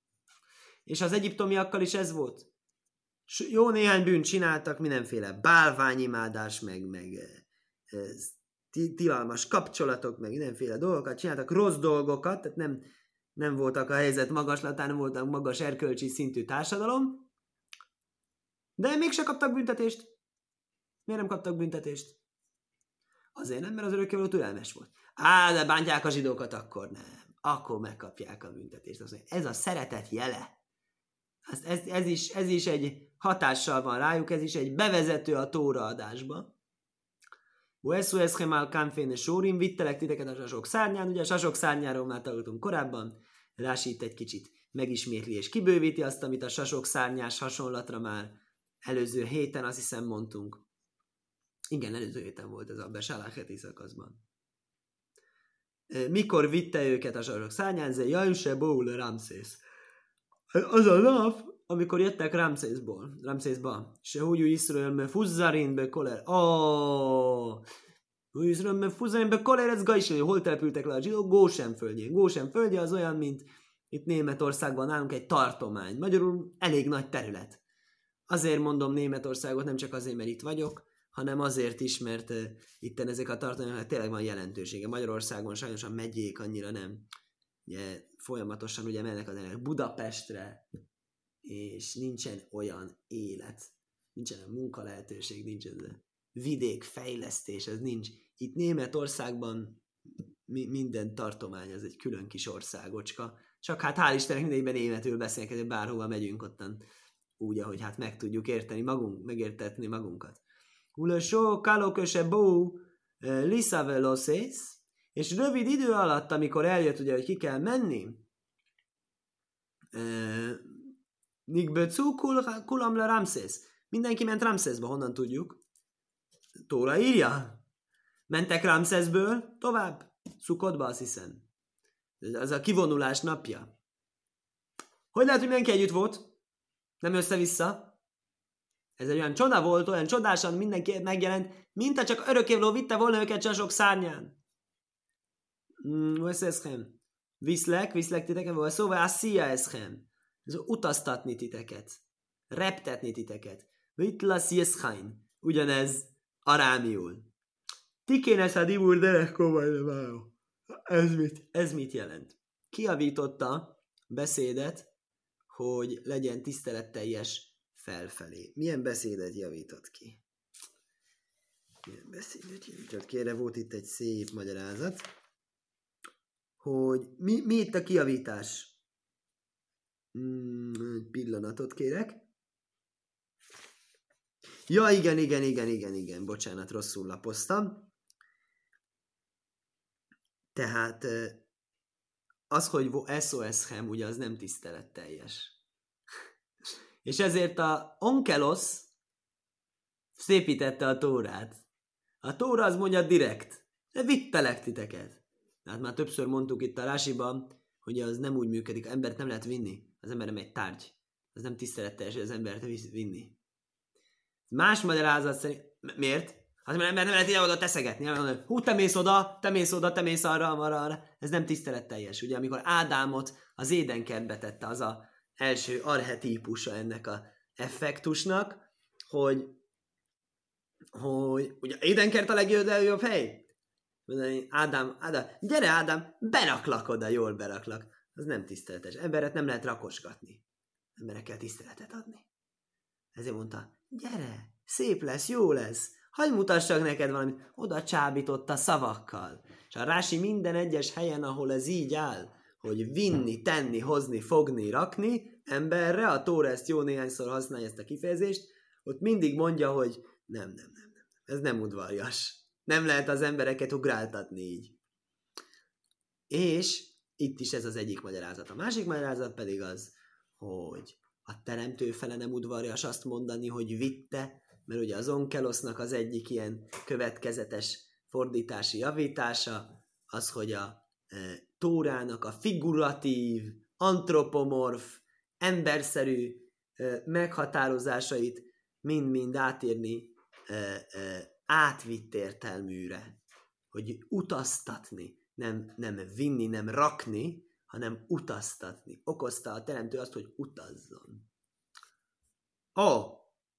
És az egyiptomiakkal is ez volt. Jó néhány bűnt csináltak, mindenféle bálványimádás, meg, meg tilalmas kapcsolatok, meg mindenféle dolgokat csináltak, rossz dolgokat, tehát nem nem voltak a helyzet magaslatán, nem voltak magas erkölcsi szintű társadalom, de mégse kaptak büntetést. Miért nem kaptak büntetést? Azért nem, mert az örökkévaló türelmes volt. Á, de bántják a zsidókat, akkor nem. Akkor megkapják a büntetést. Azt mondja, ez a szeretet jele. Ez, ez, ez, is, ez is egy hatással van rájuk, ez is egy bevezető a Tóra adásba. Ueszu eschemál kánféne sórim, vittelek titeket a sasok szárnyán, ugye a sasok szárnyáról már tanultunk korábban, Rási itt egy kicsit megismétli és kibővíti azt, amit a sasok szárnyás hasonlatra már előző héten azt hiszem mondtunk. Igen, előző héten volt ez a Besálácheti szakaszban. Mikor vitte őket a sasok szárnyán? Ze Jajse Boul Ramszész. Az a nap, amikor jöttek Ramszészból, Ramszészba. Se húgyú Iszrael me fuzzarin be koler. Oh! Húgyú Iszrael me fuzzarin be koler, ez gajsili. Hol települtek le a zsidók? Gósen földjén. Gósen földje az olyan, mint itt Németországban nálunk egy tartomány. Magyarul elég nagy terület. Azért mondom Németországot, nem csak azért, mert itt vagyok, hanem azért is, mert uh, itten ezek a tartományok tényleg van jelentősége. Magyarországon sajnos a megyék annyira nem. Ugye, folyamatosan ugye mennek az emberek Budapestre, és nincsen olyan élet, nincsen olyan munkalehetőség, nincs ez a vidékfejlesztés, ez nincs. Itt Németországban mi, minden tartomány, az egy külön kis országocska, csak hát hál' Istennek mindegyben németül beszélnek, hogy bárhova megyünk ottan úgy, ahogy hát meg tudjuk érteni magunk, megértetni magunkat. Hulesó, kaloköse bó, liszaveloszész, és rövid idő alatt, amikor eljött ugye, hogy ki kell menni, Nikbecú kulam le Ramszész. Mindenki ment Ramszészba, honnan tudjuk? Tóra írja. Mentek Ramszészből tovább, Szukotba, azt hiszem. Ez a kivonulás napja. Hogy lehet, hogy mindenki együtt volt? Nem össze-vissza? Ez egy olyan csoda volt, olyan csodásan mindenki megjelent, mint ha csak örökkévaló vitte volna őket csasok szárnyán. Veszeszhem. Viszlek, viszlek titeket, vagy szóval szia eszhem. Ez utaztatni titeket. Reptetni titeket. Vitlasz jeschain. Ugyanez arámiul. Tikénes a divur derek kovajdemáló. Ez mit? Ez mit jelent? Kiavította beszédet, hogy legyen tiszteletteljes felfelé. Milyen beszédet javított ki? Milyen beszédet javított ki? Erre volt itt egy szép magyarázat. Hogy mi, mi itt a kijavítás? Mm, egy pillanatot kérek. Ja, igen, igen, igen, igen, igen. Bocsánat, rosszul lapoztam. Tehát az, hogy es o es-hem, ugye az nem tiszteletteljes. És ezért a onkelos szépítette a Tórát. A Tóra az mondja direkt. De vittelek titeket. Tehát már többször mondtuk itt a Rásiban, hogy az nem úgy működik, az embert nem lehet vinni. Az ember nem egy tárgy. Az nem tiszteletteljes, hogy az embert vinni. Más magyarázat szerint... Miért? Az ember nem lehet ide-oda teszegetni. Nem mondani, hú, te mész oda, te mész oda, te mész arra, arra, arra. Ez nem tiszteletteljes. Ugye, amikor Ádámot az édenkertbe tette, az a első archetípusa ennek a effektusnak, hogy, hogy ugye édenkert a legjobb hely? Ádám, Ádám, gyere Ádám, beraklak oda, jól beraklak. Az nem tiszteletes. Emberet nem lehet rakosgatni. Emberekkel tiszteletet adni. Ezért mondta, gyere, szép lesz, jó lesz, hadd mutassak neked valamit. Oda csábította szavakkal. És a Rási minden egyes helyen, ahol ez így áll, hogy vinni, tenni, hozni, fogni, rakni emberre, a Tóra ezt jó néhányszor használja ezt a kifejezést, ott mindig mondja, hogy nem, nem, nem, nem, ez nem udvarjas. Nem lehet az embereket ugráltatni így. És itt is ez az egyik magyarázat. A másik magyarázat pedig az, hogy a teremtő fele nem udvarjas azt mondani, hogy vitte, mert ugye az onkelosznak az egyik ilyen következetes fordítási javítása, az, hogy a e, Tórának a figuratív, antropomorf, emberszerű e, meghatározásait mind-mind átírni e, e, átvitt értelműre, hogy utaztatni, nem, nem vinni, nem rakni, hanem utaztatni. Okozta a teremtő azt, hogy utazzon. Ó! Oh.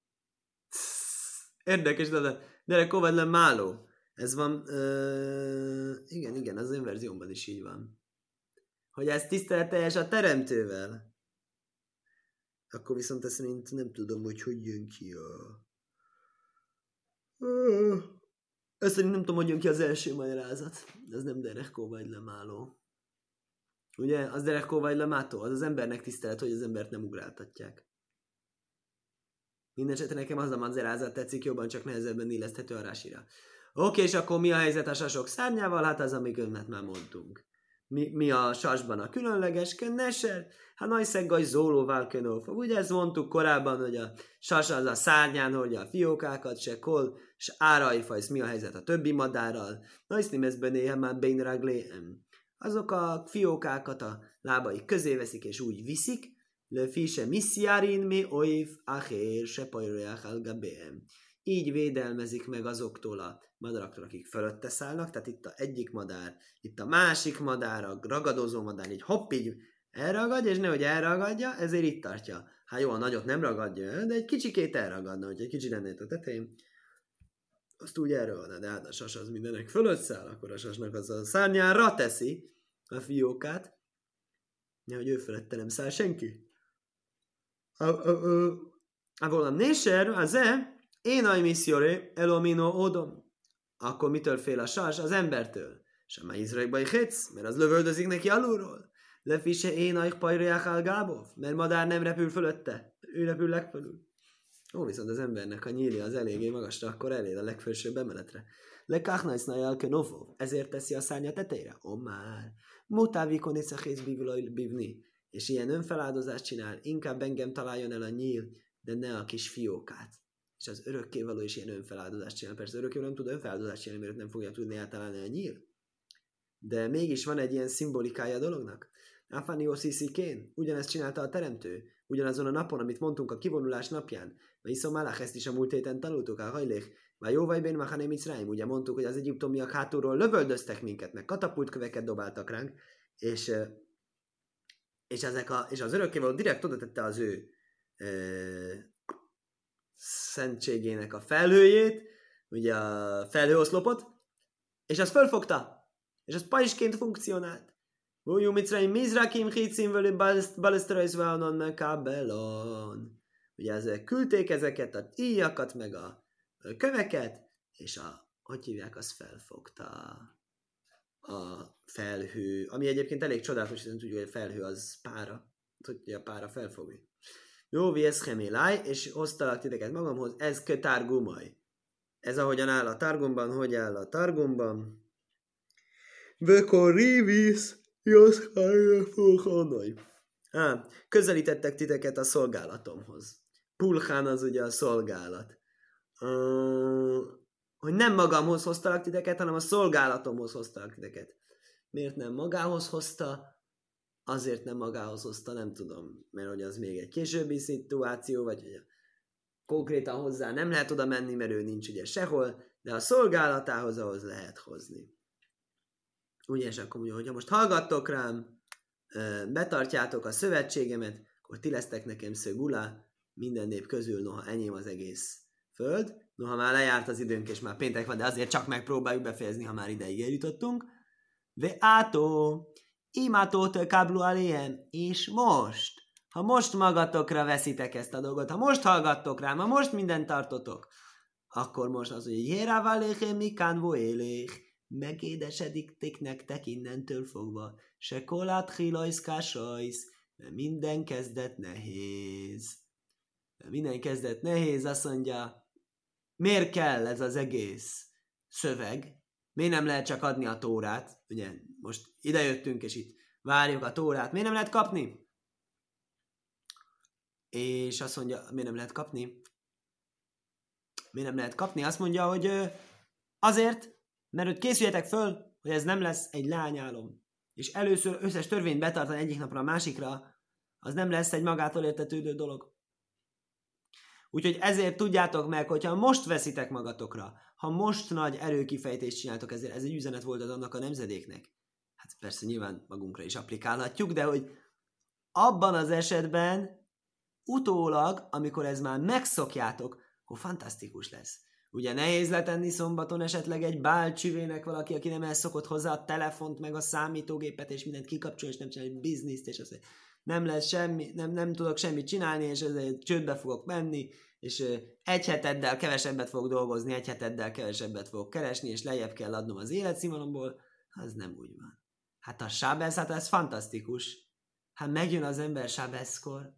Érdekes, de gyere, kovadlen máló. Ez van, uh, igen, igen, az én verziómban is így van. hogy ez tiszteletteljes a teremtővel. Akkor viszont ezt szerint nem tudom, hogy hogy jön ki a... Ezt szerint nem tudom, hogy jön ki az első magyarázat. Ez nem Derechkó vagy lemáló. Ugye, az Derechkó vagy lemátó, az az embernek tisztelet, hogy az embert nem ugráltatják. Mindenesetre nekem az a magyarázat tetszik jobban, csak nehezebben illeszthető a rásira. Oké, és akkor mi a helyzet a sasok szárnyával? Hát az, amiket már mondtunk. Mi, mi a sasban a különleges kenneser? Hát nagy szeggaj zólóval könolfa. Ugye ezt mondtuk korábban, hogy a sas az a szárnyán hordja a fiókákat, se kol, s árajfajsz, mi a helyzet a többi madárral. Nagy színezben néha már bénragléem. Azok a fiókákat a lábai közé veszik, és úgy viszik, le fise missiárin mi oiv achér se pajroják algabéem. Így védelmezik meg azoktól a madaraktól, akik fölötte szállnak, tehát itt a egyik madár, itt a másik madár, a ragadozó madár, így hopp, így elragadja, és nehogy elragadja, ezért itt tartja. Hát jó, a nagyot nem ragadja el, de egy kicsikét elragadna, hogy egy kicsi lenne a tetején, azt úgy elragadna, de hát a sas az mindenek fölött száll, akkor a sasnak az a szárnyára teszi a fiókát, nehogy ő fölötte nem száll senki. A volám néser, az-e, én a missziore, elomino odom. Akkor mitől fél a sas? Az embertől. Sem a Izraelbai hétsz, mert az lövöldözik neki alulról. Lefise én a pajrják al gábov, mert madár nem repül fölötte. Ő repül legfelül. Ó, viszont az embernek a nyílja az eléggé magasra, akkor elér a legfelsőbb emeletre. Lekachnajsznaj al kenofov, ezért teszi a szárnya tetejére. Ó, már. Mutávikon és a hész bivni. És ilyen önfeláldozást csinál, inkább engem találjon el a nyíl, de ne a kis fiókát. És az örökkévaló is ilyen önfeláldozást csinál. Persze örökkévaló nem tud önfeláldozást csinálni, mert nem fogja tudni eltalálni a nyíl. De mégis van egy ilyen szimbolikája a dolognak. Afani Osziszi-kén, ugyanezt csinálta a teremtő, ugyanazon a napon, amit mondtunk a kivonulás napján. Vagy iszom Malach, ezt is a múlt héten tanultuk, a hajlék. Vagy jó vagy bén Machané Micráim, ugye mondtuk, hogy az egyiptomiak hátulról lövöldöztek minket, meg katapultköveket dobáltak ránk, és, és, ezek a, és az örökkévaló direkt oda tette az ő e, szentségének a felhőjét, ugye a felhőoszlopot, és az fölfogta, és az pajsként funkcionált. Vújú Micraim Mizrakim Hicim veli Balesztrajzvánon Mekabelon. Ugye ezek küldték ezeket a íjakat, meg a köveket, és a, hogy hívják, az felfogta a felhő, ami egyébként elég csodálatos, hiszen tudjuk, hogy a felhő az pára, tudja a pára felfogni. Jó, vieszcheméláj, és hoztalak titeket magamhoz, ez kötárgumaj. Ez ahogyan áll a targumban, hogy áll a targumban. Vekor rivis, jössz pulchánaj. Á, közelítettek titeket a szolgálatomhoz. Pulchán az ugye a szolgálat. Uh, hogy nem magamhoz hoztalak titeket, hanem a szolgálatomhoz hoztalak titeket. Miért nem magához hozta? Azért nem magához hozta, nem tudom. Mert hogy az még egy későbbi szituáció, vagy hogy konkrétan hozzá nem lehet oda menni, mert ő nincs ugye sehol, de a szolgálatához ahhoz lehet hozni. Ugye, és akkor mondja, hogyha most hallgattok rám, betartjátok a szövetségemet, akkor ti lesztek nekem szögula, minden nép közül, noha enyém az egész föld. Noha már lejárt az időnk, és már péntek van, de azért csak megpróbáljuk befejezni, ha már ideig eljutottunk. Ve átó, imátót káblu alien, és most, ha most magatokra veszitek ezt a dolgot, ha most hallgattok rám, ha most mindent tartotok, akkor most az, hogy jérávaléhe mikán voéléh, megédesedik nektek innentől fogva, se kolát hilajszkásajsz, mert minden kezdet nehéz. Mert minden kezdet nehéz, azt mondja, miért kell ez az egész szöveg? Miért nem lehet csak adni a tórát? Ugye most idejöttünk, és itt várjuk a tórát. Miért nem lehet kapni? És azt mondja, miért nem lehet kapni? Miért nem lehet kapni? Azt mondja, hogy azért, mert hogy készüljetek föl, hogy ez nem lesz egy lányálom. És először összes törvényt betartani egyik napra a másikra, az nem lesz egy magától értetődő dolog. Úgyhogy ezért tudjátok meg, hogyha most veszitek magatokra, ha most nagy erőkifejtést csináltok, ezért ez egy üzenet volt az annak a nemzedéknek. Hát persze nyilván magunkra is applikálhatjuk, de hogy abban az esetben utólag, amikor ez már megszokjátok, akkor fantasztikus lesz. Ugye nehéz letenni szombaton esetleg egy bálcsüvének valaki, aki nem elszokott hozzá a telefont, meg a számítógépet, és mindent kikapcsol, és nem csinál egy bizniszt, és azt nem lesz semmi, nem, nem tudok semmit csinálni, és ezért csődbe fogok menni, és egy heteddel kevesebbet fogok dolgozni, egy heteddel kevesebbet fogok keresni, és lejjebb kell adnom az életszínvonalomból, az nem úgy van. Hát a sábesz, hát ez fantasztikus. Hát megjön az ember sábeszkor,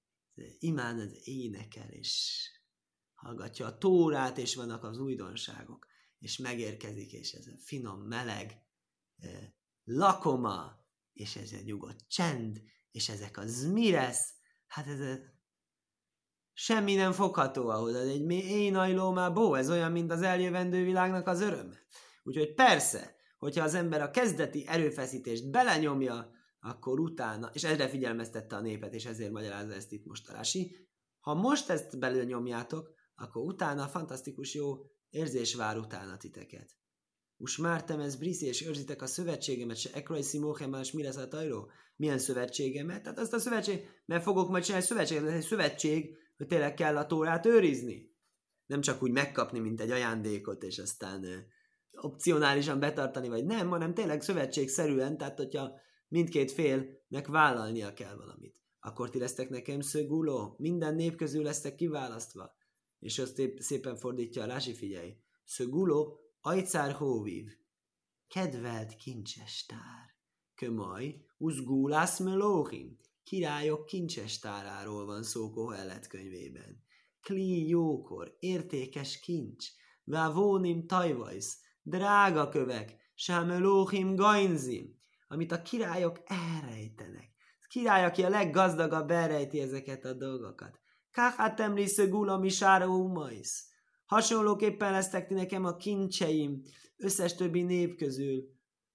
imán az énekel, és hallgatja a tórát, és vannak az újdonságok, és megérkezik, és ez a finom, meleg eh, lakoma, és ez a nyugodt csend, és ezek a zmiresz, hát ez a semmi nem fogható ahhoz, ez egy énajló már bó, ez olyan, mint az eljövendő világnak az öröme. Úgyhogy persze, hogyha az ember a kezdeti erőfeszítést belenyomja, akkor utána, és ezre figyelmeztette a népet, és ezért magyarázza ezt itt most a Rási, ha most ezt belenyomjátok, akkor utána fantasztikus jó érzés vár utána titeket. Usmártem ez briszi, és őrzitek a szövetségemet, se ekraj szimóchem, más mi lesz a tajró? Milyen szövetségemet? Tehát azt a szövetség, mert fogok majd csinálni szövetséget, ez egy szövetség, hogy tényleg kell a tórát őrizni. Nem csak úgy megkapni, mint egy ajándékot, és aztán ö, opcionálisan betartani, vagy nem, hanem tényleg szövetségszerűen, tehát hogyha mindkét félnek vállalnia kell valamit. Akkor ti lesztek nekem szöguló, minden nép közül lesztek kiválasztva. És azt szépen fordítja a Rási, figyelj. Szöguló, ajcár hóvív, kedvelt kincsestár. Kömaj, uzgúlász melóhim, királyok kincsestáráról van szó Kohelet könyvében. Kli jókor, értékes kincs, vávónim tajvajsz, drága kövek, sámelóhim gainzim, amit a királyok elrejtenek. A király, aki a leggazdagabb, elrejti ezeket a dolgokat. Káhátem liszögula mi sára umaisz. Hasonlóképpen lesztek ti nekem a kincseim összes többi nép közül.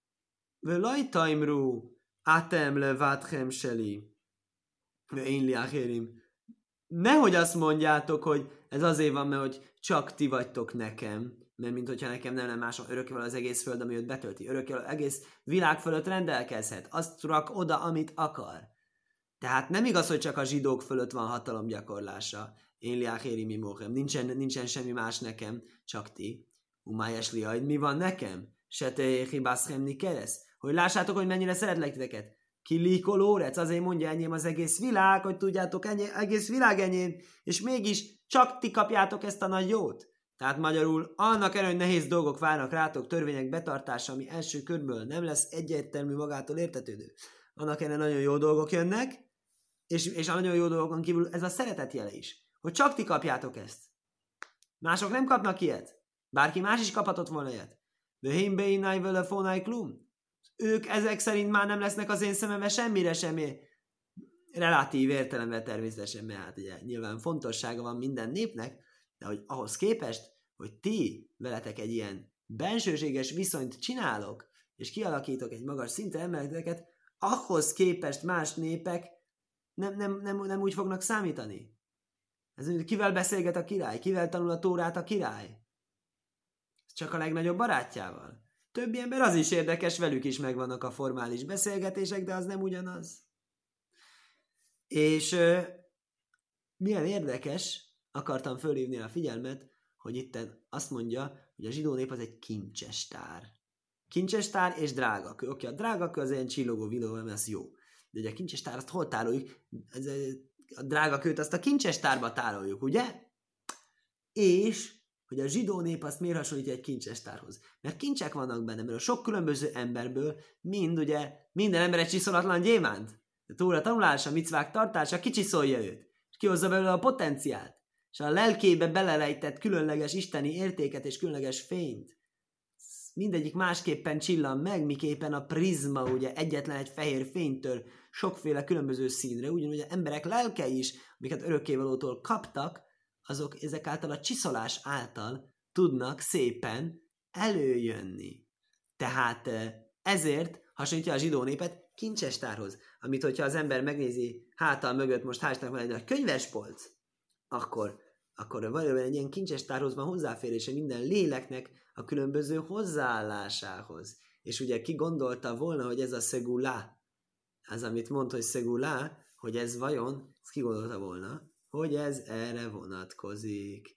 Völajtaimrú, átem le váthem seli. Én liáhérim. Nehogy azt mondjátok, hogy ez azért van, mert hogy csak ti vagytok nekem, mert mint hogyha nekem nem lenne máson örökkévaló az egész föld, ami őt betölti. Örökkévaló egész világ fölött rendelkezhet. Azt rak oda, amit akar. Tehát nem igaz, hogy csak a zsidók fölött van hatalom gyakorlása. Én liáhéri mi móhem. Nincsen, nincsen semmi más nekem, csak ti. Umájes liaid, mi van nekem? Se te hibászhemni keresz. Hogy lássátok, hogy mennyire szeretlek titeket. Ki líkolórec, azért mondja enyém az egész világ, hogy tudjátok, enyém, egész világ enyém, és mégis csak ti kapjátok ezt a nagy jót. Tehát magyarul annak ellenére, hogy nehéz dolgok várnak rátok, törvények betartása, ami első körből nem lesz egyértelmű magától értetődő. Annak ellenére nagyon jó dolgok jönnek, és, és a nagyon jó dolgokon kívül ez a szeretet jele is. Hogy csak ti kapjátok ezt. Mások nem kapnak ilyet. Bárki más is kaphatott volna ilyet. Vöhén beinai vele fonai klum. Ők ezek szerint már nem lesznek az én szemembe semmire semmi relatív értelemben természetesen, mert hát ugye nyilván fontossága van minden népnek, de hogy ahhoz képest, hogy ti veletek egy ilyen bensőséges viszonyt csinálok, és kialakítok egy magas szintre emeleteket, ahhoz képest más népek nem, nem, nem, nem úgy fognak számítani. Ez, kivel beszélget a király? Kivel tanul a tórát a király? Csak a legnagyobb barátjával. Többi ember az is érdekes, velük is megvannak a formális beszélgetések, de az nem ugyanaz. És euh, milyen érdekes, akartam fölhívni a figyelmet, hogy itten azt mondja, hogy a zsidó nép az egy kincsestár. Kincsestár és drágakő. Oké, a drágakő az ilyen csillogó viló, mert az jó. De ugye a kincsestár, azt hol tároljuk? A drágakőt azt a kincsestárba tároljuk, ugye? És hogy a zsidó nép azt miért hasonlítja egy kincsestárhoz. Mert kincsek vannak benne, mert a sok különböző emberből mind, ugye, minden ember egy csiszolatlan gyémánt. A Tóra tanulása, micvák tartása kicsiszolja őt, és kihozza belőle a potenciált, és a lelkébe belelejtett különleges isteni értéket és különleges fényt. Mindegyik másképpen csillan meg, miképpen a prizma, ugye, egyetlen egy fehér fénytől sokféle különböző színre, ugyanúgy az emberek lelke is, amiket örökkévalótól kaptak, azok ezek által a csiszolás által tudnak szépen előjönni. Tehát ezért hasonlítja a zsidó népet kincsestárhoz, amit hogyha az ember megnézi hátal mögött, most hál' Istennek van egy nagy könyvespolc, akkor, akkor valójában egy ilyen kincsestárhoz van hozzáférése minden léleknek a különböző hozzáállásához. És ugye ki gondolta volna, hogy ez a szegulá, az, amit mond, hogy szegulá, hogy ez vajon, ezt ki gondolta volna, hogy ez erre vonatkozik.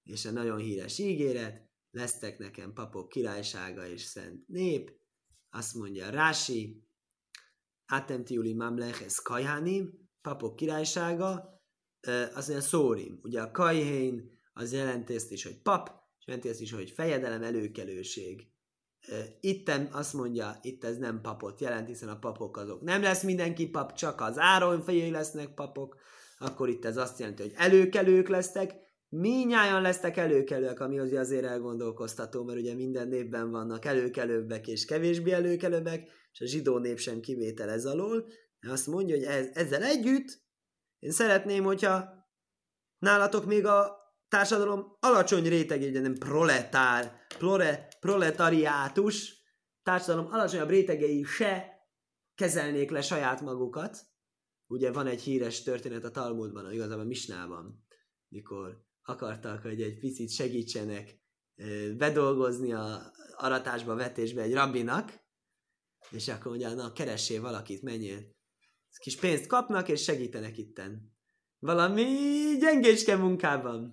és a nagyon híres ígéret, lesztek nekem papok királysága és szent nép, azt mondja Rási, Atemtiuli Mamleches Kajhánim, papok királysága, az olyan szórim. Ugye a Kajhén az jelenti ezt is, hogy pap, és jelenti ezt is, hogy fejedelem, előkelőség. Itten azt mondja, itt ez nem papot jelent, hiszen a papok azok nem lesz mindenki pap, csak az Áron fiai lesznek papok, akkor itt ez azt jelenti, hogy előkelők lesztek, minnyáján lesztek előkelőek, ami azért elgondolkoztató, mert ugye minden népben vannak előkelőbbek és kevésbé előkelőbbek, és a zsidó nép sem kivétel ez alól. Azt mondja, hogy ez, ezzel együtt én szeretném, hogyha nálatok még a társadalom alacsony rétegé, ugye nem proletár, plore, proletariátus, társadalom alacsonyabb rétegei se kezelnék le saját magukat. Ugye van egy híres történet a Talmudban, igazából a Misnában, mikor akartak, hogy egy picit segítsenek bedolgozni a aratásba, vetésbe egy rabbinak, és akkor mondja, na, keressél valakit, menjél. Kis pénzt kapnak, és segítenek itten. Valami gyengécske munkában.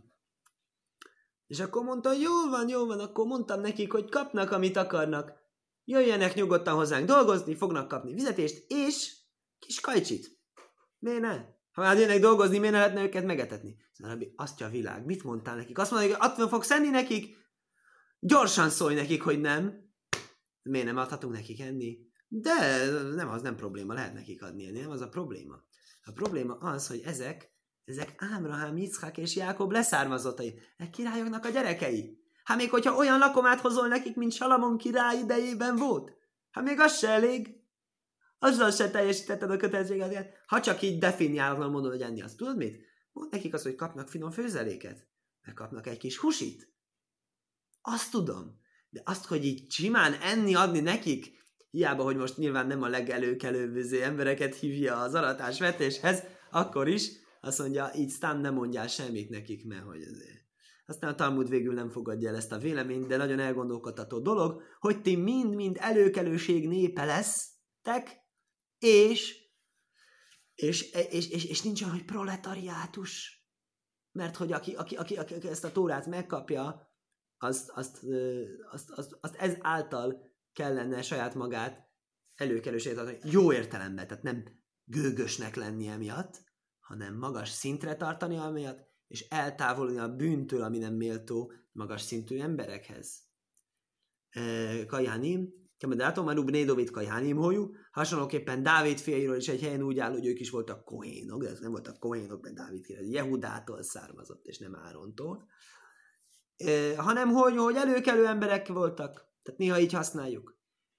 És akkor mondta, hogy jól van, jól van, akkor mondtam nekik, hogy kapnak, amit akarnak. Jöjjenek nyugodtan hozzánk dolgozni, fognak kapni fizetést, és kis kajcsit. Miért ne? Ha már jönnek dolgozni, miért ne lehetne őket megetetni? Szóval Rabbi, azt a világ, mit mondtál nekik? Azt mondta, hogy attól fogsz enni nekik? Gyorsan szólj nekik, hogy nem. Miért nem adhatunk nekik enni? De nem, az nem probléma, lehet nekik adni enni, nem az a probléma. A probléma az, hogy ezek, ezek Ábrahám, Yitzhak és Jákob leszármazottai. Ezek királyoknak a gyerekei. Hát még hogyha olyan lakomát hozol nekik, mint Salamon király idejében volt, hát még az se elég. Azzal se teljesítetted a kötelezettséget. Ha csak így definiálatlan mondod, hogy enni, azt tudod mit? Mondd nekik azt, hogy kapnak finom főzeléket. Meg kapnak egy kis husit. Azt tudom. De azt, hogy így simán enni, adni nekik, hiába, hogy most nyilván nem a legelőkelőbböző embereket hívja az aratásvetéshez, akkor is azt mondja, így sztán nem mondjál semmit nekik, mert hogy azért. Aztán a Talmud végül nem fogadja el ezt a véleményt, de nagyon elgondolkodtató dolog, hogy ti mind-mind előkelőség népe lesztek, és, és, és, és, és nincs olyan, hogy proletariátus. Mert hogy aki, aki, aki, aki, aki ezt a Tórát megkapja, azt, azt, azt, azt, azt ez által kellene saját magát előkelőséget adni, jó értelemben, tehát nem gőgösnek lenni emiatt, hanem magas szintre tartani emiatt, és eltávolodni a bűntől, ami nem méltó magas szintű emberekhez. Kajhánim, Kemedátom, már Rubné Dovid Kajhánim hojú, hasonlóképpen Dávid fiairól is egy helyen úgy áll, hogy ők is voltak kohénok, de ez nem voltak kohénok, mert Dávid fiai, Jehudától származott, és nem Árontól, hanem hogy, hogy előkelő emberek voltak, tehát néha így használjuk.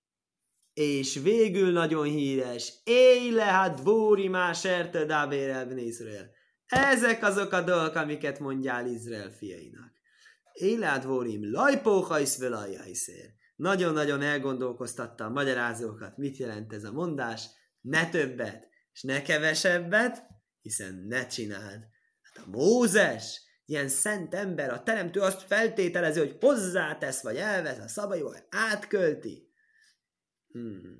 És végül nagyon híres, éjle hát dvóri más erte dábér elben Izrael. Ezek azok a dolgok, amiket mondjál Izrael fiainak. Éjle hát dvórim lajpóhajsz velajjajszér. Nagyon-nagyon elgondolkoztatta a magyarázókat, mit jelent ez a mondás. Ne többet, és ne kevesebbet, hiszen ne csináld. Hát a Mózes, ilyen szent ember, a teremtő azt feltételezi, hogy hozzátesz, vagy elvesz a szabályból, átkölti. Hmm.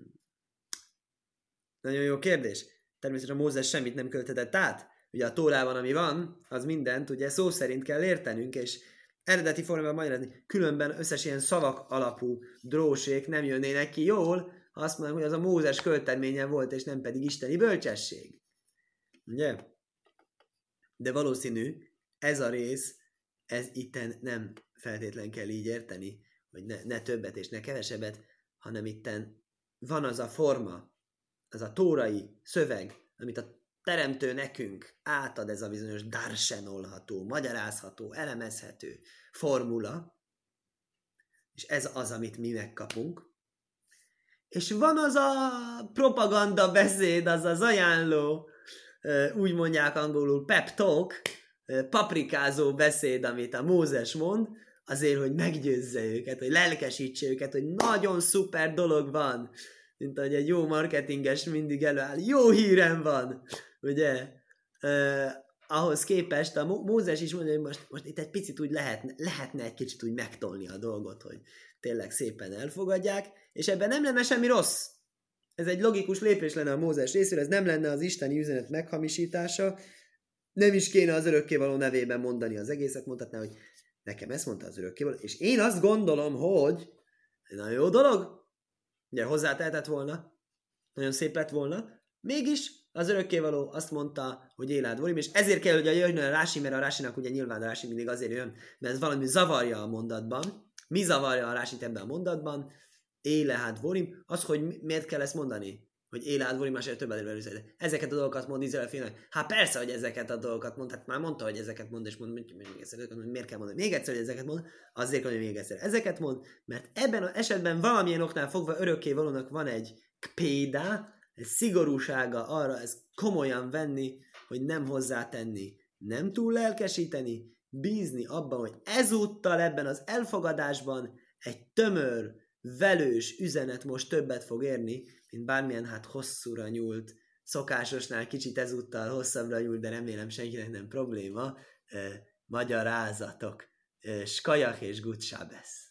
Nagyon jó kérdés. Természetesen Mózes semmit nem költetett át. Ugye a Tórában, ami van, az mindent ugye szó szerint kell értenünk, és eredeti formában magyarázni. Különben összes ilyen szavak alapú drósék nem jönnének ki jól, ha azt mondom, hogy az a Mózes költeménye volt, és nem pedig isteni bölcsesség. Ugye? De valószínű, ez a rész, ez itten nem feltétlen kell így érteni, hogy ne, ne többet és ne kevesebbet, hanem itten van az a forma, az a tórai szöveg, amit a teremtő nekünk átad, ez a bizonyos darsenolható, magyarázható, elemezhető formula, és ez az, amit mi megkapunk. És van az a propaganda beszéd, az az ajánló, úgy mondják angolul pep talk, paprikázó beszéd, amit a Mózes mond, azért, hogy meggyőzze őket, hogy lelkesítse őket, hogy nagyon szuper dolog van, mint ahogy egy jó marketinges mindig előáll, jó hírem van, ugye? Eh, ahhoz képest a Mózes is mondja, hogy most, most itt egy picit úgy lehetne, lehetne egy kicsit úgy megtolni a dolgot, hogy tényleg szépen elfogadják, és ebben nem lenne semmi rossz. Ez egy logikus lépés lenne a Mózes részéről, ez nem lenne az isteni üzenet meghamisítása, nem is kéne az örökkévaló nevében mondani az egészet, mondhatná, hogy Nekem ezt mondta az örökkévaló, és én azt gondolom, hogy nagyon jó dolog, ugye hozzátehetett volna, nagyon szép lett volna, mégis az örökkévaló azt mondta, hogy élád volim, és ezért kell, hogy jöjjön a Rási, mert a Rásinak ugye nyilván a Rási mindig azért jön, mert ez valami zavarja a mondatban. Mi zavarja a Rásit ebben a mondatban? Élád volim, az, hogy miért kell ezt mondani? Hogy élád volim, másért több először. Ezeket a dolgokat mond Izrael félnek. Hát persze, hogy ezeket a dolgokat mond, hát már mondta, hogy ezeket mond, és mond, hogy még egyszer, hogy miért kell mondani. Még egyszer, hogy ezeket mond, azért, hogy még egyszer ezeket mond, mert ebben az esetben valamilyen oknál fogva örökkévalónak van egy kpéda, egy szigorúsága arra, ezt komolyan venni, hogy nem hozzátenni, nem túl lelkesíteni, bízni abban, hogy ezúttal ebben az elfogadásban egy tömör, velős üzenet most többet fog érni, mint bármilyen hát hosszúra nyúlt, szokásosnál kicsit ezúttal hosszabbra nyúlt, de remélem senkinek nem probléma, eh, magyarázatok, eh, skajach és gutsábesz.